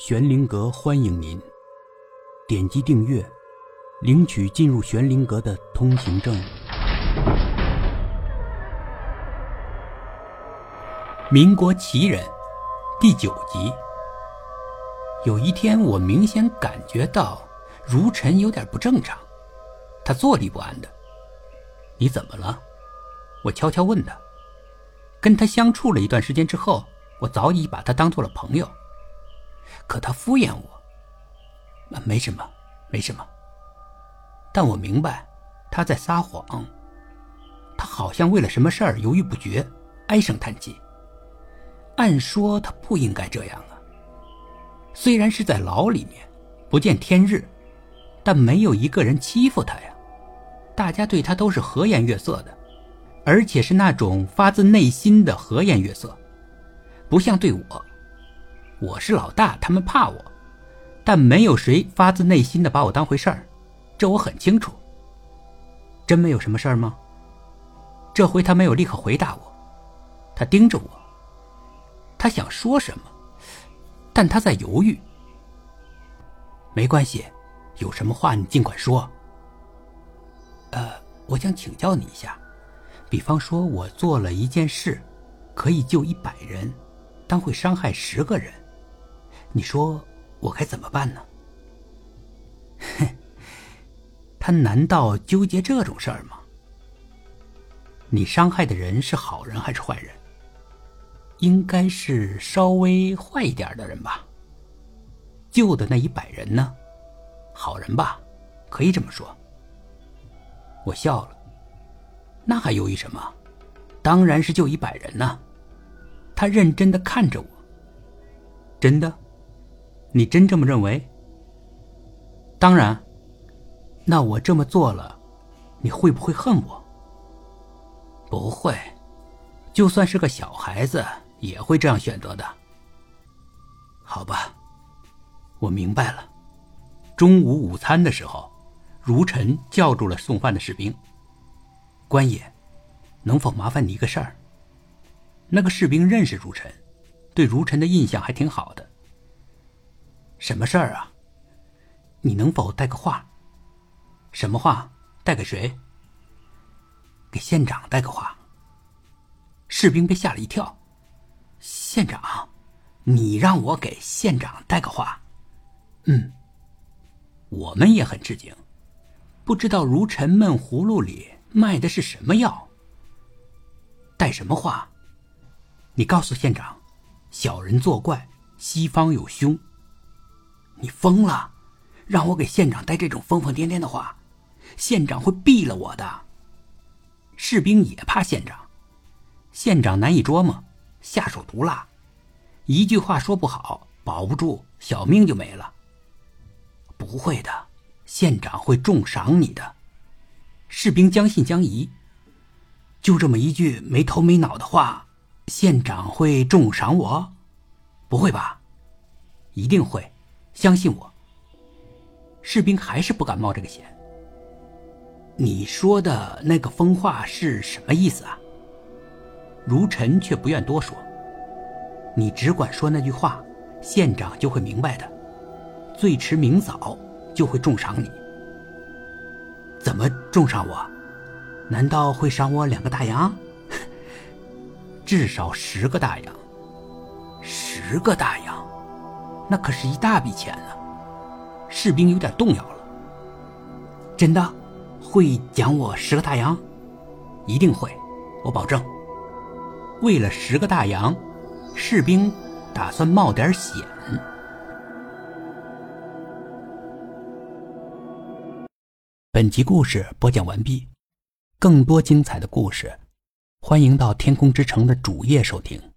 玄灵阁欢迎您，点击订阅，领取进入玄灵阁的通行证。民国奇人第9集。有一天我明显感觉到如尘有点不正常，他坐立不安的。你怎么了？我悄悄问他。跟他相处了一段时间之后，我早已把他当做了朋友，可他敷衍我，没什么没什么。但我明白他在撒谎，他好像为了什么事儿犹豫不决，唉声叹气。按说他不应该这样啊，虽然是在牢里面不见天日，但没有一个人欺负他呀，大家对他都是和颜悦色的，而且是那种发自内心的和颜悦色，不像对我，我是老大，他们怕我，但没有谁发自内心的把我当回事儿，这我很清楚。真没有什么事儿吗？这回他没有立刻回答我，他盯着我，他想说什么，但他在犹豫。没关系，有什么话你尽管说。我想请教你一下，比方说我做了一件事，可以救100人，但会伤害10个人，你说我该怎么办呢？他难道纠结这种事儿吗？你伤害的人是好人还是坏人？应该是稍微坏一点的人吧。救的那100人呢？好人吧，可以这么说。我笑了。那还犹豫什么？当然是救100人呢。他认真地看着我。真的？你真这么认为？当然。那我这么做了，你会不会恨我？不会，就算是个小孩子也会这样选择的。好吧，我明白了。中午午餐的时候，如尘叫住了送饭的士兵。官爷，能否麻烦你一个事儿？那个士兵认识如尘，对如尘的印象还挺好的。什么事儿啊？你能否带个话？什么话？带给谁？给县长带个话。士兵被吓了一跳。县长？你让我给县长带个话？我们也很吃惊，不知道如尘闷葫芦里卖的是什么药。带什么话？你告诉县长，小人作怪，西方有凶。你疯了？让我给县长带这种疯疯癫癫的话，县长会毙了我的。士兵也怕县长，县长难以捉摸，下手毒辣，一句话说不好，保不住小命就没了。不会的，县长会重赏你的。士兵将信将疑，就这么一句没头没脑的话，县长会重赏我？不会吧？一定会，相信我。士兵还是不敢冒这个险。你说的那个疯话是什么意思啊？如尘却不愿多说。你只管说那句话，县长就会明白的，最迟明早就会重赏你。怎么重赏我？难道会赏我2个大洋？至少10个大洋。10个大洋，那可是一大笔钱啊。士兵有点动摇了。真的？会奖我10个大洋？一定会，我保证。为了10个大洋，士兵打算冒点险。本集故事播讲完毕，更多精彩的故事，欢迎到天空之城的主页收听。